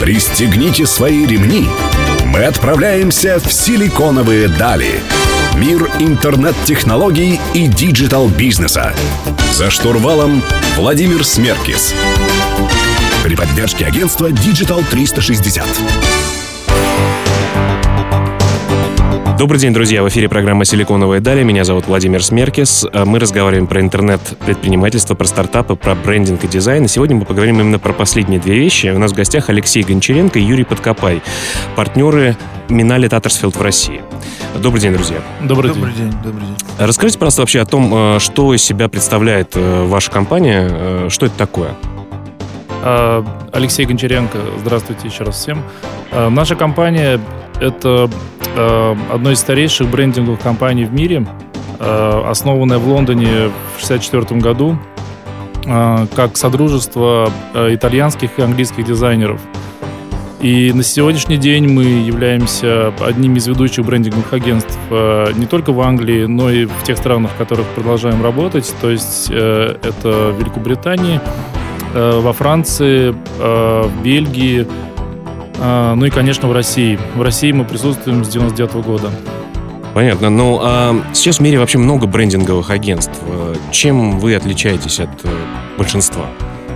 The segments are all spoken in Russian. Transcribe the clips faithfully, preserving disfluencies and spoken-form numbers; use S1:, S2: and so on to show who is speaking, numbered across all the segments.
S1: Пристегните свои ремни. Мы отправляемся в силиконовые дали. Мир интернет-технологий и диджитал-бизнеса. За штурвалом Владимир Смеркис. При поддержке агентства Digital триста шестьдесят.
S2: Добрый день, друзья! В эфире программа «Силиконовые дали». Меня зовут Владимир Смеркис. Мы разговариваем про интернет-предпринимательство, про стартапы, про брендинг и дизайн. И сегодня мы поговорим именно про последние две вещи. У нас в гостях Алексей Гончаренко и Юрий Подкопай, партнеры Минале Таттерсфилд в России. Добрый день, друзья.
S3: Добрый,
S4: Добрый
S3: день.
S4: день. Добрый день.
S2: Расскажите, пожалуйста, вообще о том, что из себя представляет ваша компания, что это такое?
S3: Алексей Гончаренко. Здравствуйте еще раз всем. Наша компания — это одна из старейших брендинговых компаний в мире, основанная в Лондоне в шестьдесят четвёртом году как содружество итальянских и английских дизайнеров. И на сегодняшний день мы являемся одним из ведущих брендинговых агентств не только в Англии, но и в тех странах, в которых продолжаем работать. То есть это в Великобритании, во Франции, в Бельгии, ну и, конечно, в России. В России мы присутствуем с девяносто девятого года.
S2: Понятно. Ну, а сейчас в мире вообще много брендинговых агентств. Чем вы отличаетесь от большинства?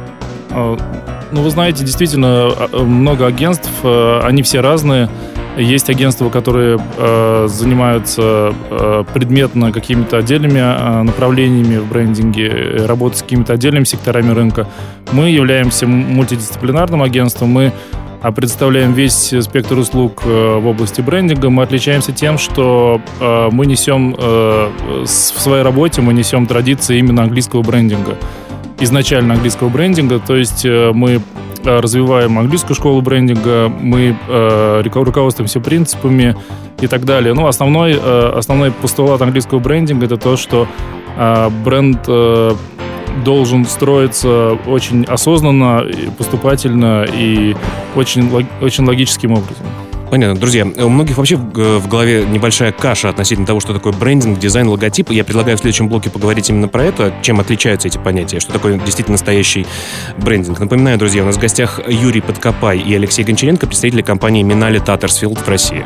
S3: Ну, вы знаете, действительно, много агентств, они все разные. Есть агентства, которые э, занимаются э, предметно какими-то отдельными э, направлениями в брендинге, работают с какими-то отдельными секторами рынка. Мы являемся мультидисциплинарным агентством, мы представляем весь спектр услуг э, в области брендинга. Мы отличаемся тем, что э, мы несем э, в своей работе мы несем традиции именно английского брендинга. Изначально английского брендинга, то есть э, мы развиваем английскую школу брендинга, мы э, руководствуемся принципами и так далее. Ну, основной, э, основной постулат английского брендинга — это то, что э, бренд э, должен строиться очень осознанно, поступательно и очень, очень логическим образом.
S2: Понятно. Друзья, у многих вообще в голове небольшая каша относительно того, что такое брендинг, дизайн, логотип. И я предлагаю в следующем блоке поговорить именно про это, чем отличаются эти понятия, что такое действительно настоящий брендинг. Напоминаю, друзья, у нас в гостях Юрий Подкопай и Алексей Гончаренко, представители компании Минале Таттерсфилд в России.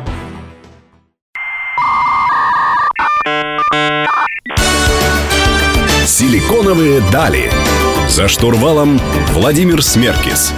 S1: Силиконовые дали. За штурвалом Владимир Смеркис.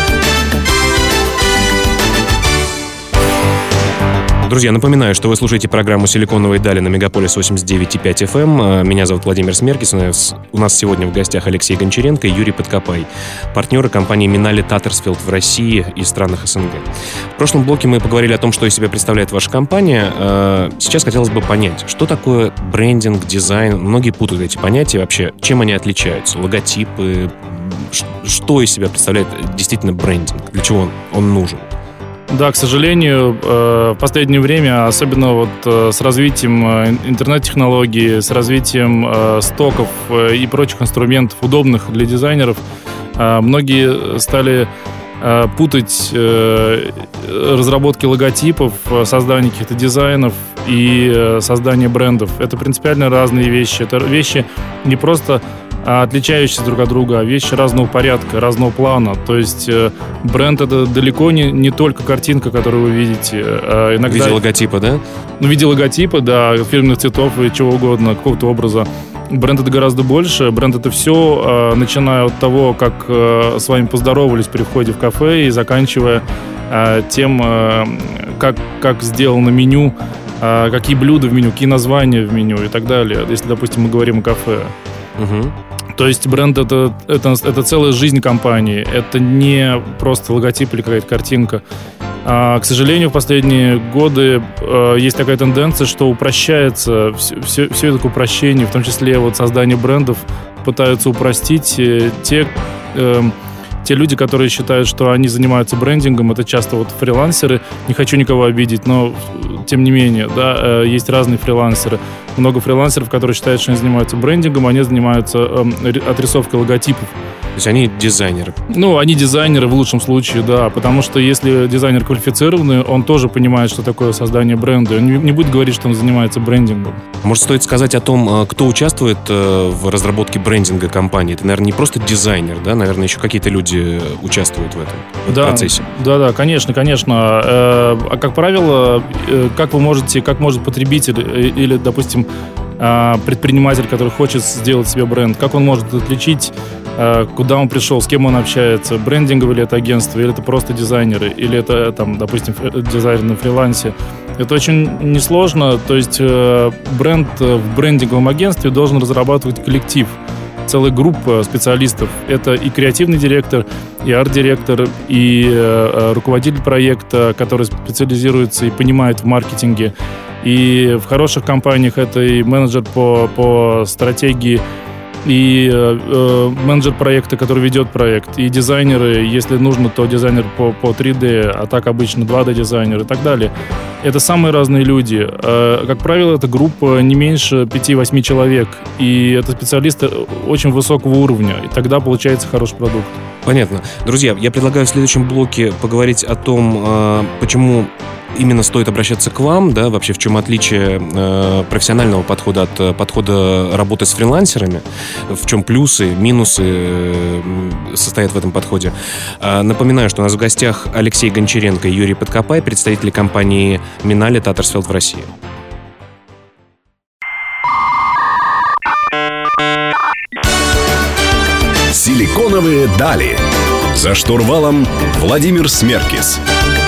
S2: Друзья, напоминаю, что вы слушаете программу «Силиконовые дали» на Мегаполис восемьдесят девять и пять эф эм. Меня зовут Владимир Смеркис. У нас, у нас сегодня в гостях Алексей Гончаренко и Юрий Подкопай, партнеры компании Минале Таттерсфилд в России и странах СНГ. В прошлом блоке мы поговорили о том, что из себя представляет ваша компания. Сейчас хотелось бы понять, что такое брендинг, дизайн. Многие путают эти понятия вообще. Чем они отличаются? Логотипы? Что из себя представляет действительно брендинг? Для чего он, он нужен?
S3: Да, к сожалению, в последнее время, особенно вот с развитием интернет-технологий, с развитием стоков и прочих инструментов, удобных для дизайнеров, многие стали путать разработки логотипов, создание каких-то дизайнов и создание брендов. Это принципиально разные вещи. Это вещи не просто отличающиеся друг от друга, а вещи разного порядка, разного плана. То есть бренд — это далеко не, не только картинка, которую вы видите. А иногда...
S2: В виде логотипа, да?
S3: Ну, в виде логотипа, да, фирменных цветов и чего угодно, какого-то образа. Бренд — это гораздо больше. Бренд — это все, начиная от того, как с вами поздоровались при входе в кафе, и заканчивая тем, как, как сделано меню, какие блюда в меню, какие названия в меню и так далее, если, допустим, мы говорим о кафе.
S2: Угу.
S3: То есть бренд это, — это, это целая жизнь компании. Это не просто логотип или какая-то картинка. А, к сожалению, в последние годы а, есть такая тенденция, что упрощается все, все, все это упрощение, в том числе вот создание брендов, пытаются упростить. Те, э, те люди, которые считают, что они занимаются брендингом, это часто вот фрилансеры. Не хочу никого обидеть, но тем не менее, да, есть разные фрилансеры. Много фрилансеров, которые считают, что они занимаются брендингом, они занимаются э, отрисовкой логотипов.
S2: есть они дизайнеры.
S3: Ну, они дизайнеры в лучшем случае, да, потому что если дизайнер квалифицированный, он тоже понимает, что такое создание бренда. Он не будет говорить, что он занимается брендингом.
S2: Может, стоит сказать о том, кто участвует в разработке брендинга компании? Это, наверное, не просто дизайнер, да? Наверное, еще какие-то люди участвуют в этом в
S3: да,
S2: процессе.
S3: Да, да, конечно, конечно. А как правило, как вы можете, как может потребитель или, допустим, предприниматель, который хочет сделать себе бренд, как он может отличить, куда он пришел, с кем он общается, брендинговое ли это агентство, или это просто дизайнеры, или это, там, допустим, дизайнер на фрилансе. Это очень несложно, то есть бренд в брендинговом агентстве должен разрабатывать коллектив, целая группа специалистов. Это и креативный директор, и арт-директор, и руководитель проекта, который специализируется и понимает в маркетинге. И в хороших компаниях это и менеджер по, по стратегии, и э, менеджер проекта, который ведет проект, и дизайнеры, если нужно, то дизайнер по, по три дэ, а так обычно два дэ-дизайнер и так далее. Это самые разные люди. Э, как правило, это группа не меньше пяти-восьми человек, и это специалисты очень высокого уровня, и тогда получается хороший продукт.
S2: Понятно. Друзья, я предлагаю в следующем блоке поговорить о том, э, почему именно стоит обращаться к вам, да, вообще в чем отличие э, профессионального подхода от э, подхода работы с фрилансерами, в чем плюсы, минусы э, состоят в этом подходе. Э, напоминаю, что у нас в гостях Алексей Гончаренко и Юрий Подкопай, представители компании Minality Tattersfield в России.
S1: Силиконовые дали. За штурвалом Владимир Смеркис.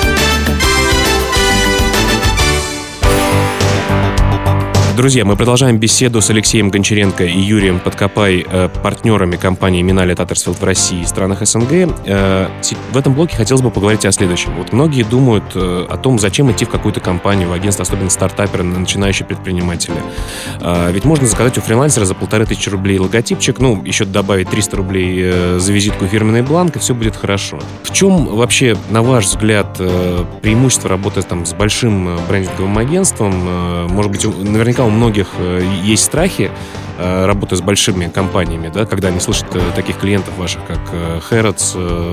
S2: Друзья, мы продолжаем беседу с Алексеем Гончаренко и Юрием Подкопай, партнерами компании Minality Tattersfield в России и странах эс эн гэ. В этом блоке хотелось бы поговорить о следующем. Вот многие думают о том, зачем идти в какую-то компанию, в агентство, особенно стартаперы, начинающие предприниматели. Ведь можно заказать у фрилансера за полторы тысячи рублей логотипчик, ну, еще добавить триста рублей за визитку и фирменный бланк, и все будет хорошо. В чем вообще, на ваш взгляд, преимущество работы там, с большим брендинговым агентством? Может быть, наверняка у многих есть страхи работы с большими компаниями, да, когда они слышат таких клиентов ваших, как Хэротс,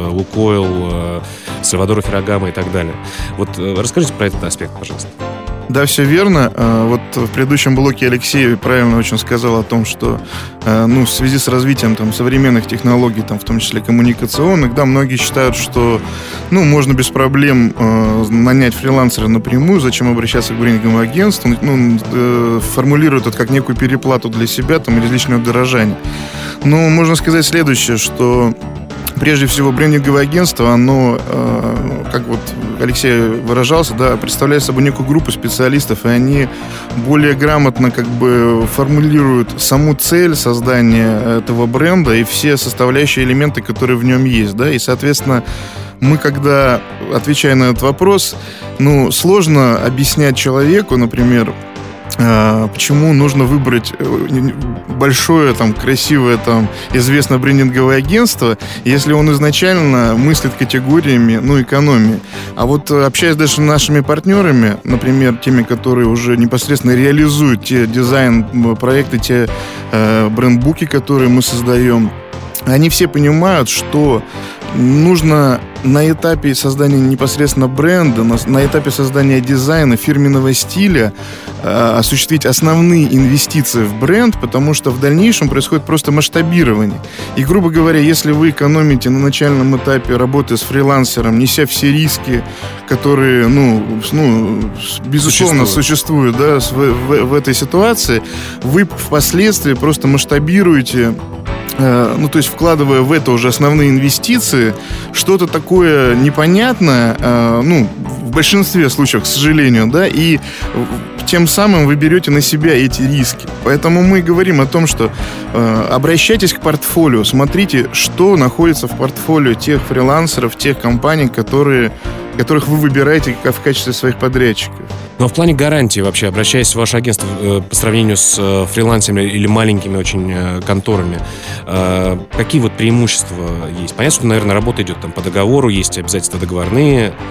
S2: Лукойл, Сальвадор Феррагamo и так далее. Вот расскажите про этот аспект, пожалуйста.
S4: Да, все верно. Вот в предыдущем блоке Алексей правильно очень сказал о том, что ну, в связи с развитием там, современных технологий, там, в том числе коммуникационных, да, многие считают, что ну, можно без проблем э, нанять фрилансера напрямую, зачем обращаться к брендинговому агентству, ну, э, формулируют это как некую переплату для себя там, или лишнее удорожание. Но можно сказать следующее, что прежде всего, брендинговое агентство, оно, э, как вот Алексей выражался, да, представляет собой некую группу специалистов, и они более грамотно как бы формулируют саму цель создания этого бренда и все составляющие элементы, которые в нем есть, да, и, соответственно, мы, когда, отвечая на этот вопрос, ну, сложно объяснять человеку, например, почему нужно выбрать большое, там, красивое, там, известное брендинговое агентство, если он изначально мыслит категориями, ну, экономии. А вот общаясь даже с нашими партнерами, например, теми, которые уже непосредственно реализуют те дизайн-проекты, те э, брендбуки, которые мы создаем, они все понимают, что нужно на этапе создания непосредственно бренда, на, на этапе создания дизайна, фирменного стиля э, осуществить основные инвестиции в бренд, потому что в дальнейшем происходит просто масштабирование. И, грубо говоря, если вы экономите на начальном этапе работы с фрилансером, неся все риски, которые, ну, ну безусловно, существуют, да, в, в, в этой ситуации, вы впоследствии просто масштабируете, ну, то есть вкладывая в это уже основные инвестиции, что-то такое непонятное, ну, в большинстве случаев, к сожалению, да, и тем самым вы берете на себя эти риски. Поэтому мы говорим о том, что э, обращайтесь к портфолио, смотрите, что находится в портфолио тех фрилансеров, тех компаний, которые, которых вы выбираете в качестве своих подрядчиков.
S2: Но в плане гарантии вообще, обращаясь в ваше агентство э, по сравнению с э, фрилансерами или маленькими очень э, конторами, э, какие вот преимущества есть? Понятно, что, наверное, работа идет там по договору, есть обязательства договорные.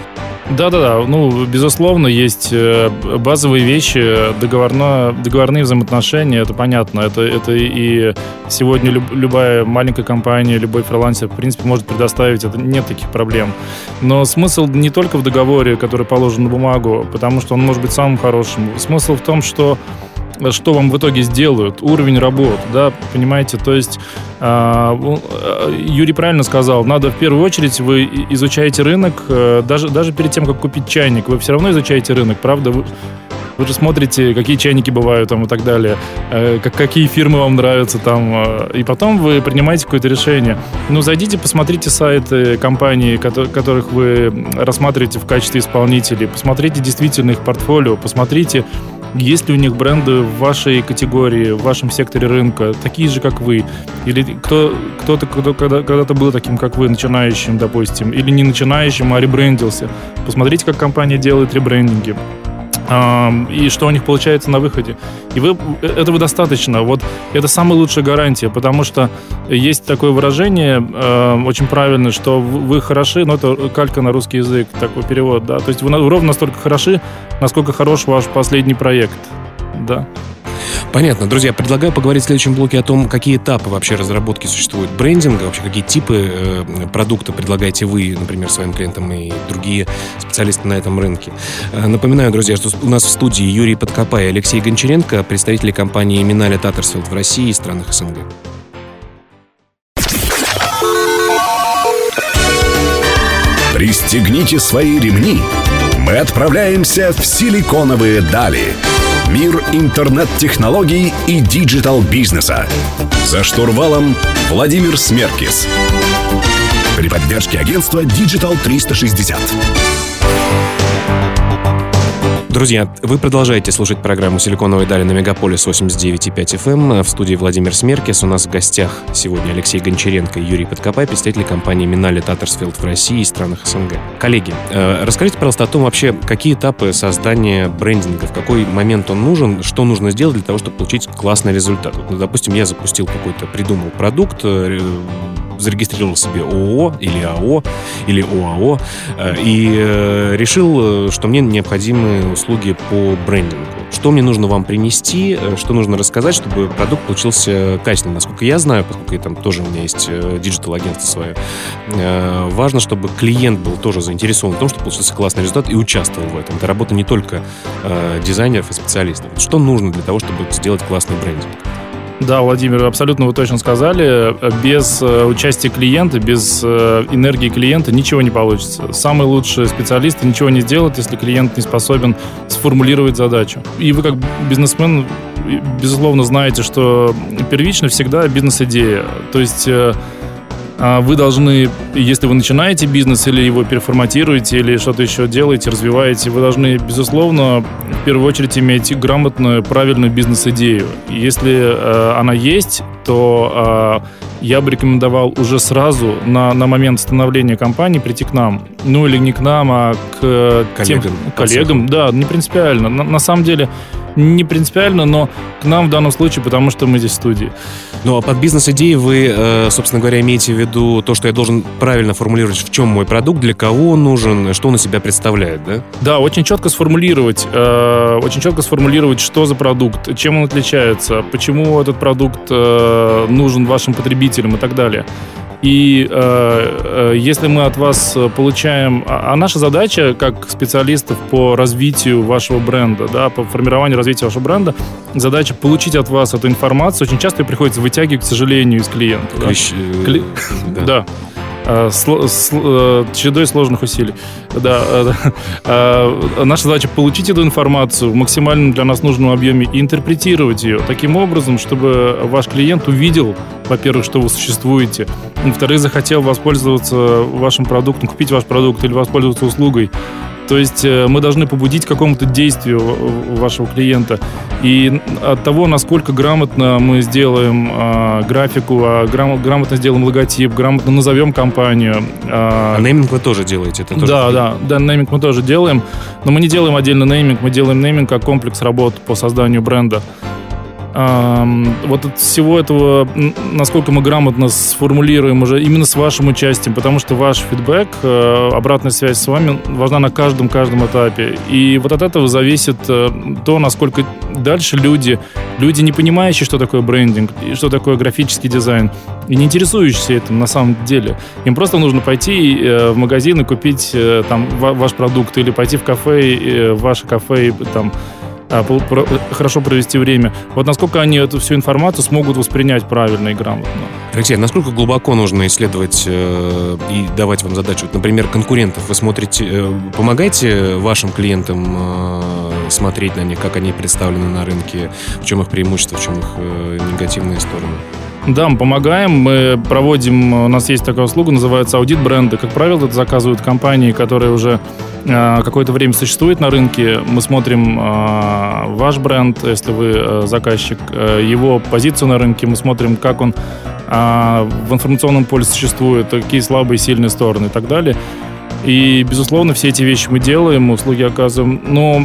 S3: Да-да-да, ну, безусловно, есть базовые вещи, договорно, договорные взаимоотношения, это понятно. Это, это и сегодня люб, любая маленькая компания, любой фрилансер, в принципе, может предоставить, это нет таких проблем. Но смысл не только в договоре, который положен на бумагу, потому что он может быть самым хорошим. Смысл в том, что что вам в итоге сделают, уровень работ, да, понимаете, то есть э, Юрий правильно сказал, надо в первую очередь вы изучаете рынок, э, даже, даже перед тем, как купить чайник, вы все равно изучаете рынок, правда, вы, вы же смотрите, какие чайники бывают там и так далее, э, как, какие фирмы вам нравятся там, э, и потом вы принимаете какое-то решение. Ну, зайдите, посмотрите сайты компаний, ко- которых вы рассматриваете в качестве исполнителей, посмотрите действительно их портфолио, посмотрите, есть ли у них бренды в вашей категории, в вашем секторе рынка, такие же, как вы? Или кто, кто-то кто, когда, когда-то был таким, как вы, начинающим, допустим, или не начинающим, а ребрендился. Посмотрите, как компания делает ребрендинги. И что у них получается на выходе. И вы, этого достаточно. Вот это самая лучшая гарантия, потому что есть такое выражение, э, очень правильное, что вы хороши, но это калька на русский язык, такой перевод, да. То есть вы ровно настолько хороши, насколько хорош ваш последний проект, да.
S2: Понятно. Друзья, предлагаю поговорить в следующем блоке о том, какие этапы вообще разработки существуют брендинга, вообще какие типы э, продукта предлагаете вы, например, своим клиентам и другие специалисты на этом рынке. Э, напоминаю, друзья, что у нас в студии Юрий Подкопай и Алексей Гончаренко, представители компании Minnalia Tattersfield в России и странах СНГ.
S1: Пристегните свои ремни. Мы отправляемся в силиконовые дали. Мир интернет-технологий и диджитал-бизнеса. За штурвалом Владимир Смеркис. При поддержке агентства Digital триста шестьдесят.
S2: Друзья, вы продолжаете слушать программу «Силиконовые дали» на Мегаполис восемьдесят девять и пять эф эм. В студии Владимир Смеркис. У нас в гостях сегодня Алексей Гончаренко и Юрий Подкопай, представители компании Minnalia Tattersfield в России и странах СНГ. Коллеги, э, расскажите, пожалуйста, о том вообще, какие этапы создания брендинга, в какой момент он нужен, что нужно сделать для того, чтобы получить классный результат. Вот, ну, допустим, я запустил какой-то, придумал продукт, э, зарегистрировал себе ООО или АО, или ОАО, э, и э, решил, что мне необходимы услуги по брендингу. Что мне нужно вам принести, что нужно рассказать, чтобы продукт получился качественным. Насколько я знаю, поскольку я, там тоже у меня есть диджитал-агентство свое, э, важно, чтобы клиент был тоже заинтересован в том, чтобы получился классный результат и участвовал в этом. Это работа не только э, дизайнеров и специалистов. Что нужно для того, чтобы сделать классный брендинг?
S3: Да, Владимир, абсолютно вы точно сказали. Без э, участия клиента, без э, энергии клиента ничего не получится. Самые лучшие специалисты ничего не сделают, если клиент не способен сформулировать задачу. И вы как бизнесмен, безусловно, знаете, что первично всегда бизнес-идея. То есть э, вы должны, если вы начинаете бизнес или его переформатируете, или что-то еще делаете, развиваете, вы должны, безусловно, в первую очередь иметь грамотную, правильную бизнес-идею. Если э, она есть, то э, я бы рекомендовал уже сразу на, на момент становления компании прийти к нам. Ну или не к нам, а к
S2: коллегам.
S3: Тем коллегам. Да, не принципиально. На, на самом деле не принципиально, но к нам в данном случае, потому что мы здесь в студии.
S2: Ну, а под бизнес-идеей вы, собственно говоря, имеете в виду то, что я должен правильно формулировать, в чем мой продукт, для кого он нужен, что он из себя представляет, да?
S3: Да, очень четко сформулировать, э, очень четко сформулировать, что за продукт, чем он отличается, почему этот продукт э, нужен вашим потребителям и так далее. И э, э, если мы от вас получаем... А, а наша задача, как специалистов по развитию вашего бренда, да, по формированию развития вашего бренда, задача получить от вас эту информацию. Очень часто ее приходится вытягивать, к сожалению, из клиента. Да?
S2: Клещ...
S3: Кли... Да. да. Сло, сло, чередой сложных усилий. Да, да. Наша задача получить эту информацию в максимально для нас нужном объеме и интерпретировать ее таким образом, чтобы ваш клиент увидел, во-первых, что вы существуете, во-вторых, захотел воспользоваться вашим продуктом, купить ваш продукт или воспользоваться услугой. То есть мы должны побудить к какому-то действию вашего клиента. И от того, насколько грамотно мы сделаем э, графику, а грам- грамотно сделаем логотип, грамотно назовем компанию. Э,
S2: а нейминг вы тоже делаете? Это тоже
S3: да, да, да, нейминг мы тоже делаем. Но мы не делаем отдельно нейминг, мы делаем нейминг как комплекс работ по созданию бренда. вот от всего этого, насколько мы грамотно сформулируем уже именно с вашим участием, потому что ваш фидбэк, обратная связь с вами важна на каждом-каждом этапе. И вот от этого зависит то, насколько дальше люди, люди не понимающие, что такое брендинг, и что такое графический дизайн, и не интересующиеся этим на самом деле. Им просто нужно пойти в магазин и купить там ваш продукт, или пойти в кафе, в ваше кафе, и там хорошо провести время. Вот насколько они эту всю информацию смогут воспринять правильно и грамотно.
S2: Алексей, насколько глубоко нужно исследовать э, и давать вам задачу? Вот, например, конкурентов вы смотрите, э, помогаете вашим клиентам э, смотреть на них, как они представлены на рынке, в чем их преимущества, в чем их э, негативные стороны?
S3: Да, мы помогаем, мы проводим, у нас есть такая услуга, называется аудит бренда. Как правило, это заказывают компании, которые уже э, какое-то время существуют на рынке. Мы смотрим э, ваш бренд, если вы э, заказчик, э, его позицию на рынке, мы смотрим, как он э, в информационном поле существует, какие слабые и сильные стороны и так далее. И, безусловно, все эти вещи мы делаем, услуги оказываем. Но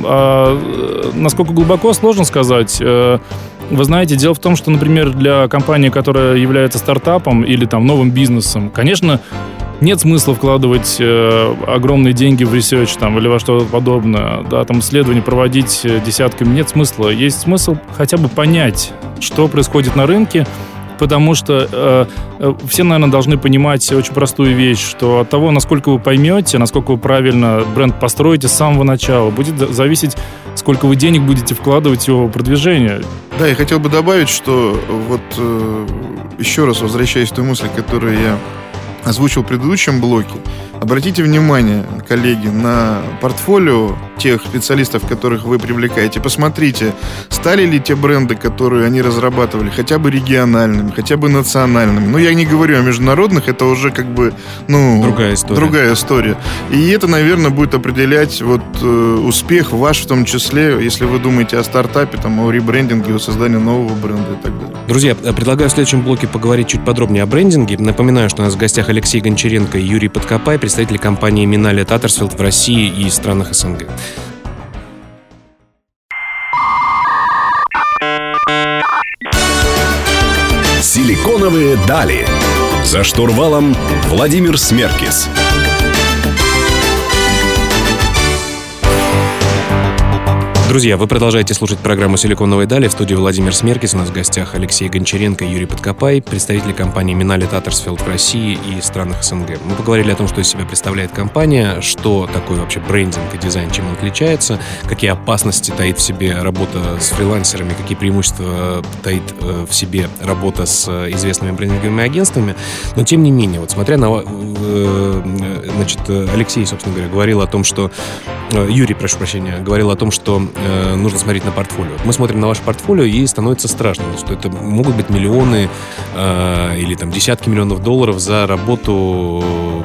S3: э, насколько глубоко, сложно сказать. Э, Вы знаете, дело в том, что, например, для компании, которая является стартапом или там новым бизнесом, конечно, нет смысла вкладывать э, огромные деньги в ресерч там, или во что-то подобное, да, там исследования проводить десятками, нет смысла. Есть смысл хотя бы понять, что происходит на рынке, потому что э, все, наверное, должны понимать очень простую вещь, что от того, насколько вы поймете, насколько вы правильно бренд построите с самого начала, будет зависеть, сколько вы денег будете вкладывать в его продвижение.
S4: Да, я хотел бы добавить, что вот э, еще раз возвращаясь к той мысли, которую я озвучил в предыдущем блоке, обратите внимание, коллеги, на портфолио тех специалистов, которых вы привлекаете. Посмотрите, стали ли те бренды, которые они разрабатывали, хотя бы региональными, хотя бы национальными. Ну, я не говорю о международных, это уже как бы, ну...
S2: Другая история.
S4: Другая история. И это, наверное, будет определять вот э, успех ваш в том числе, если вы думаете о стартапе, там, о ребрендинге, о создании нового бренда и так далее.
S2: Друзья, предлагаю в следующем блоке поговорить чуть подробнее о брендинге. Напоминаю, что у нас в гостях Алексей Гончаренко и Юрий Подкопай, представители компании Minalli Tattersfield в России и странах СНГ.
S1: Силиконовые дали. За штурвалом Владимир Смеркис.
S2: Друзья, вы продолжаете слушать программу «Силиконовые дали». В студии Владимир Смеркис. У нас в гостях Алексей Гончаренко и Юрий Подкопай, представители компании Minalli Tattersfield в России и странах СНГ. Мы поговорили о том, что из себя представляет компания, что такое вообще брендинг и дизайн, чем он отличается, какие опасности таит в себе работа с фрилансерами, какие преимущества таит в себе работа с известными брендинговыми агентствами. Но тем не менее, вот смотря на... Значит, Алексей, собственно говоря, говорил о том, что... Юрий, прошу прощения, говорил о том, что э, нужно смотреть на портфолио. Мы смотрим на ваше портфолио, и становится страшно, что это могут быть миллионы э, или там десятки миллионов долларов за работу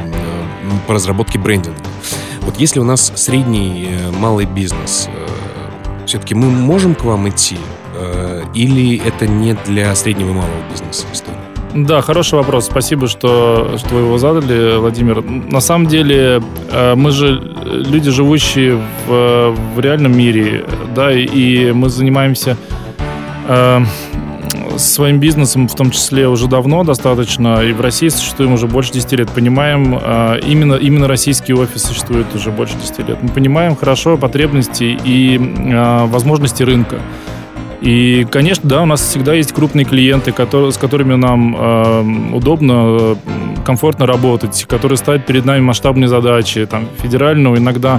S2: э, по разработке брендинга. Вот если у нас средний э, малый бизнес, э, все-таки мы можем к вам идти? Э, или это не для среднего и малого бизнеса история?
S3: Да, хороший вопрос. Спасибо, что, что вы его задали, Владимир. На самом деле, мы же люди, живущие в, в реальном мире, да, и мы занимаемся э, своим бизнесом, в том числе уже давно достаточно, и в России существуем уже больше десяти лет. Понимаем, э, именно, именно российский офис существует уже больше десяти лет. Мы понимаем хорошо потребности и э, возможности рынка. И, конечно, да, у нас всегда есть крупные клиенты, которые, с которыми нам э, удобно, комфортно работать, которые ставят перед нами масштабные задачи, там, федерального, иногда,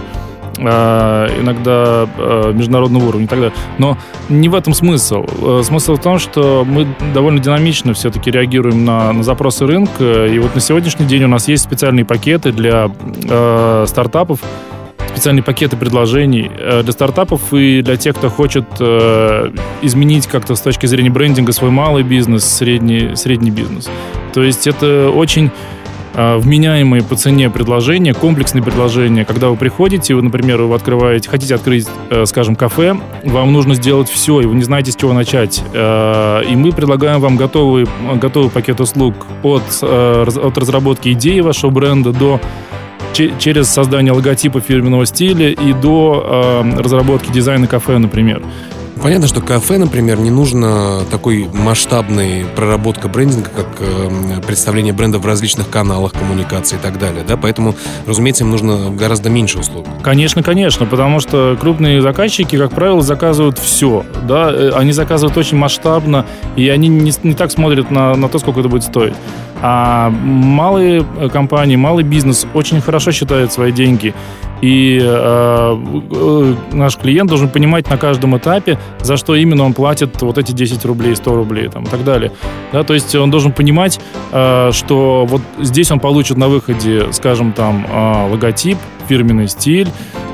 S3: э, иногда э, международного уровня и так далее. Но не в этом смысл. Смысл в том, что мы довольно динамично все-таки реагируем на, на запросы рынка. И вот на сегодняшний день у нас есть специальные пакеты для э, стартапов, специальные пакеты предложений для стартапов и для тех, кто хочет э, изменить как-то с точки зрения брендинга свой малый бизнес, средний, средний бизнес. То есть это очень э, вменяемые по цене предложения, комплексные предложения. Когда вы приходите, вы, например, вы открываете, хотите открыть, э, скажем, кафе, вам нужно сделать все, и вы не знаете, с чего начать. Э, и мы предлагаем вам готовый, готовый пакет услуг от, э, от разработки идеи вашего бренда до через создание логотипа фирменного стиля и до э, разработки дизайна кафе, например.
S2: Понятно, что кафе, например, не нужно такой масштабной проработка брендинга, как э, представление бренда в различных каналах коммуникации и так далее, да, поэтому, разумеется, им нужно гораздо меньше услуг.
S3: Конечно, конечно, потому что крупные заказчики, как правило, заказывают все, да, они заказывают очень масштабно, и они не, не так смотрят на, на то, сколько это будет стоить. А малые компании, малый бизнес очень хорошо считает свои деньги. И э, наш клиент должен понимать на каждом этапе, за что именно он платит вот эти десять рублей, сто рублей там, и так далее. Да, то есть он должен понимать, э, что вот здесь он получит на выходе, скажем, там, э, логотип, фирменный стиль,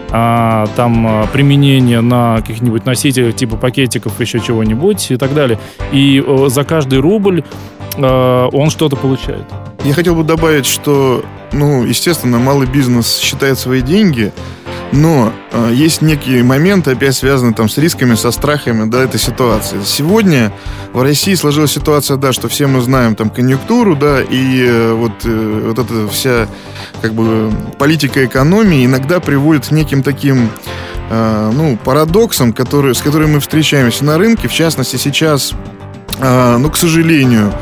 S3: э, там э, применение на каких-нибудь носителях типа пакетиков, еще чего-нибудь и так далее. И э, за каждый рубль э, он что-то получает.
S4: Я хотел бы добавить, что, ну, естественно, малый бизнес считает свои деньги, но э, есть некие моменты, опять связанные там с рисками, со страхами, да, этой ситуации. Сегодня в России сложилась ситуация, да, что все мы знаем там конъюнктуру, да, и э, вот, э, вот эта вся, как бы, политика экономии иногда приводит к неким таким, э, ну, парадоксам, которые, с которыми мы встречаемся на рынке. В частности, сейчас, э, ну, к сожалению,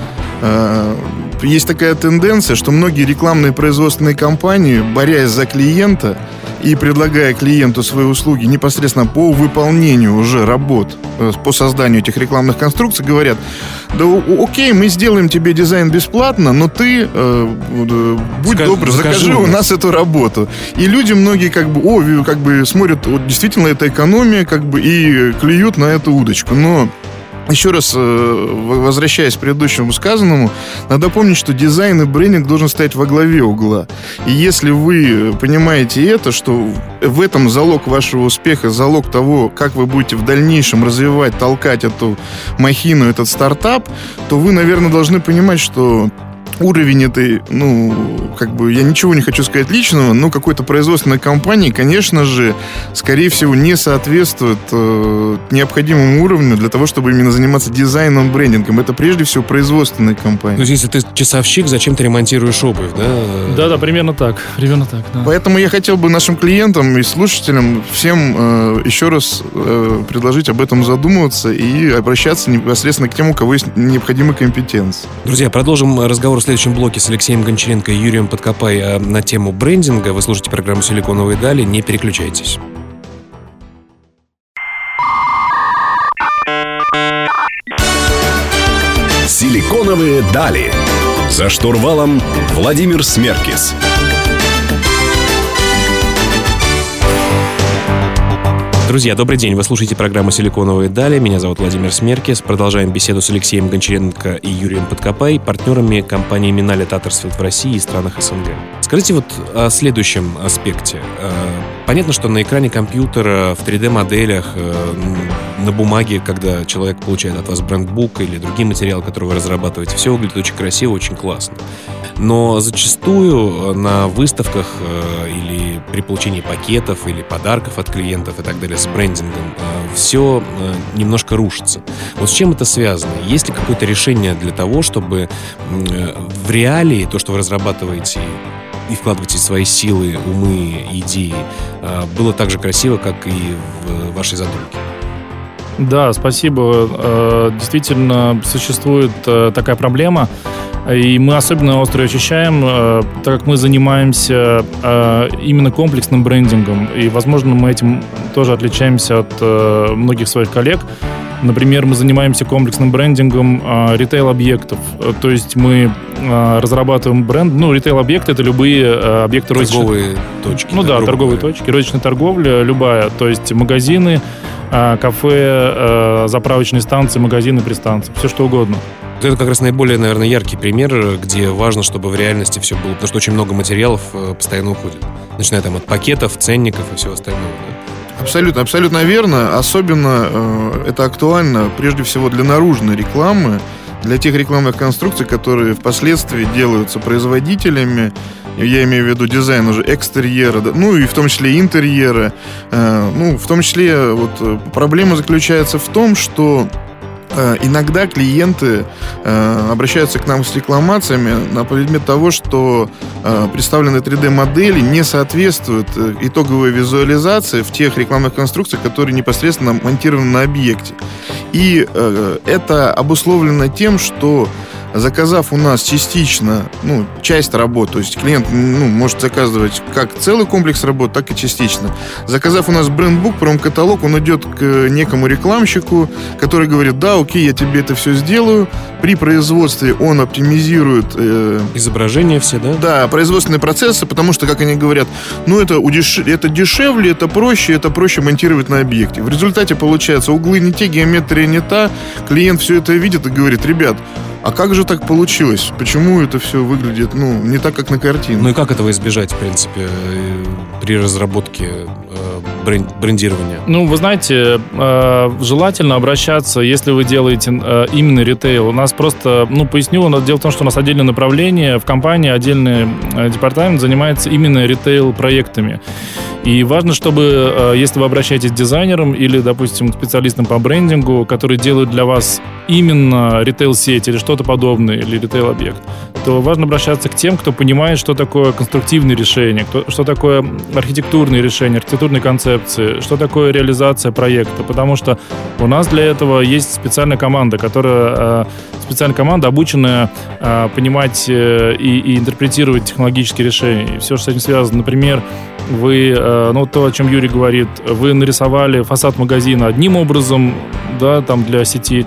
S4: э, есть такая тенденция, что многие рекламные производственные компании, борясь за клиента и предлагая клиенту свои услуги непосредственно по выполнению уже работ, по созданию этих рекламных конструкций, говорят: да окей, мы сделаем тебе дизайн бесплатно, но ты э, будь
S2: Скажи,
S4: добр, закажи, закажи у нас эту работу. И люди многие как бы, о, как бы смотрят, вот действительно это экономия, как бы, и клюют на эту удочку. Но еще раз, возвращаясь к предыдущему сказанному, надо помнить, что дизайн и брендинг должен стоять во главе угла. И если вы понимаете это, что в этом залог вашего успеха, залог того, как вы будете в дальнейшем развивать, толкать эту махину, этот стартап, то вы, наверное, должны понимать, что уровень этой, ну, как бы, я ничего не хочу сказать личного, но какой-то производственной компании, конечно же, скорее всего, не соответствует э, необходимому уровню для того, чтобы именно заниматься дизайном, брендингом. Это прежде всего производственные компании.
S2: То есть, если ты часовщик, зачем ты ремонтируешь обувь, да?
S3: Да-да, примерно так, примерно так, да.
S4: Поэтому я хотел бы нашим клиентам и слушателям всем э, еще раз э, предложить об этом задумываться и обращаться непосредственно к тем, у кого есть необходимые компетенции.
S2: Друзья, продолжим разговор в следующем блоке с Алексеем Гончаренко и Юрием Подкопай на тему брендинга. Вы слушаете программу «Силиконовые дали». Не переключайтесь.
S1: «Силиконовые дали». За штурвалом Владимир Смеркис.
S2: Друзья, добрый день. Вы слушаете программу «Силиконовые дали». Меня зовут Владимир Смеркис. Продолжаем беседу с Алексеем Гончаренко и Юрием Подкопай, партнерами компании Минале Таттерсфилд в России и странах СНГ. Скажите вот о следующем аспекте. Понятно, что на экране компьютера, в три дэ-моделях, на бумаге, когда человек получает от вас брендбук или другие материалы, которые вы разрабатываете, все выглядит очень красиво, очень классно. Но зачастую на выставках или при получении пакетов или подарков от клиентов и так далее с брендингом все немножко рушится. Вот с чем это связано? Есть ли какое-то решение для того, чтобы в реалии то, что вы разрабатываете и вкладываете свои силы, умы, идеи, было так же красиво, как и в вашей задумке?
S3: Да, спасибо. Действительно, существует такая проблема, и мы особенно остро ощущаем, так как мы занимаемся именно комплексным брендингом, и, возможно, мы этим тоже отличаемся от многих своих коллег. Например, мы занимаемся комплексным брендингом ритейл-объектов, то есть мы разрабатываем бренд. Ну, ритейл-объекты — это любые объекты розничной...
S2: Торговые точки.
S3: Ну да, торговые говоря. точки, розничная торговля любая, то есть магазины, кафе, заправочные станции, магазины, пристанции, все что угодно.
S2: Это как раз наиболее, наверное, яркий пример, где важно, чтобы в реальности все было, потому что очень много материалов постоянно уходит, начиная там от пакетов, ценников и всего остального. Да?
S4: Абсолютно, абсолютно верно. Особенно э, это актуально прежде всего для наружной рекламы, для тех рекламных конструкций, которые впоследствии делаются производителями. Я имею в виду дизайн уже экстерьера, да, ну и в том числе и интерьера. Э, ну, в том числе вот проблема заключается в том, что иногда клиенты э, обращаются к нам с рекламациями на предмет того, что э, представленные три дэ-модели не соответствуют э, итоговой визуализации в тех рекламных конструкциях, которые непосредственно монтированы на объекте. И э, это обусловлено тем, что заказав у нас частично, ну, часть работ, то есть клиент, ну, может заказывать как целый комплекс работ, так и частично. Заказав у нас брендбук, промо-каталог, он идет к некому рекламщику, который говорит: да, окей, я тебе это все сделаю. При производстве он оптимизирует... Э,
S2: изображения все, да?
S4: Да, производственные процессы, потому что, как они говорят, ну, это, удеш... это дешевле, это проще, это проще монтировать на объекте. В результате, получается, углы не те, геометрия не та, клиент все это видит и говорит: ребят, а как же так получилось? Почему это все выглядит, ну, не так, как на картине?
S2: Ну и как этого избежать, в принципе, при разработке брендирования?
S3: Ну, вы знаете, желательно обращаться, если вы делаете именно ритейл. У нас просто, ну, поясню, дело в том, что у нас отдельное направление в компании, отдельный департамент занимается именно ритейл-проектами. И важно, чтобы, если вы обращаетесь к дизайнерам или, допустим, к специалистам по брендингу, которые делают для вас именно ритейл-сеть или что-то подобное, или ритейл-объект, то важно обращаться к тем, кто понимает, что такое конструктивные решения, кто, что такое архитектурные решения, архитектурные концепции, что такое реализация проекта. Потому что у нас для этого есть специальная команда, которая, специальная команда, обученная понимать и, и интерпретировать технологические решения. И все, что с этим связано. Например, вы, ну, то, о чем Юрий говорит, вы нарисовали фасад магазина одним образом, да, там для сети,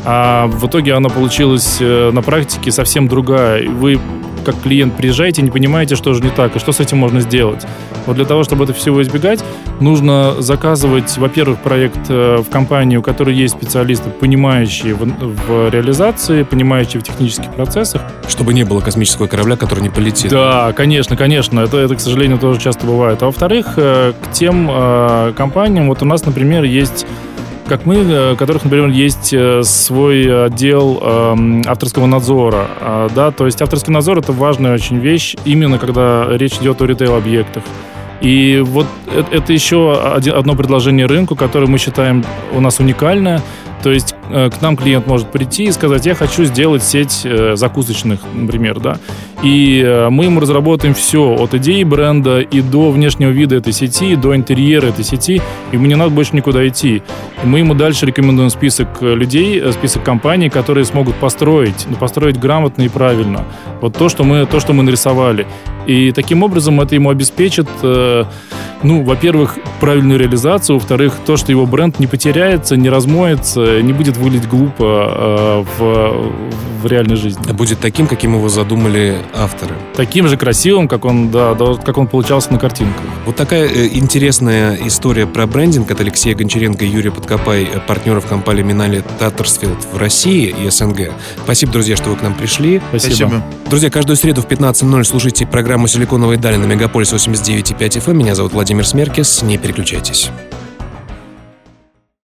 S3: а в итоге она получилась на практике совсем другая. Вы, как клиент, приезжаете и не понимаете, что же не так, и что с этим можно сделать. Вот для того, чтобы это всего избегать, нужно заказывать, во-первых, проект в компании, у которой есть специалисты, понимающие в, в реализации, понимающие в технических процессах.
S2: Чтобы не было космического корабля, который не полетит.
S3: Да, конечно, конечно. Это, это, к сожалению, тоже часто бывает. А во-вторых, к тем э, компаниям, вот у нас, например, есть... как мы, у которых, например, есть свой отдел э, авторского надзора. Э, да, то есть авторский надзор — это важная очень вещь, именно когда речь идет о ритейл-объектах. И вот это, это еще один, одно предложение рынку, которое мы считаем у нас уникальное. То есть э, к нам клиент может прийти и сказать: я хочу сделать сеть э, закусочных, например, да. И э, мы ему разработаем все, от идеи бренда и до внешнего вида этой сети, до интерьера этой сети, и ему не надо больше никуда идти. И мы ему дальше рекомендуем список людей, список компаний, которые смогут построить, построить грамотно и правильно вот то, что мы, то, что мы нарисовали. И таким образом это ему обеспечит, э, ну, во-первых, правильную реализацию, во-вторых, то, что его бренд не потеряется, не размоется, не будет выглядеть глупо э, в, в реальной жизни.
S2: А будет таким, каким его задумали авторы.
S3: Таким же красивым, как он, да, как он получался на картинках.
S2: Вот такая э, интересная история про брендинг от Алексея Гончаренко и Юрия Подкопай, партнеров компании Minelli Tattersfield в России и СНГ. Спасибо, друзья, что вы к нам пришли.
S3: Спасибо.
S4: Спасибо.
S2: Друзья, каждую среду в пятнадцать ноль слушайте программу «Силиконовые дали» на Мегаполис восемьдесят девять и пять эф эм. Меня зовут Владимир Смеркис. Не переключайтесь.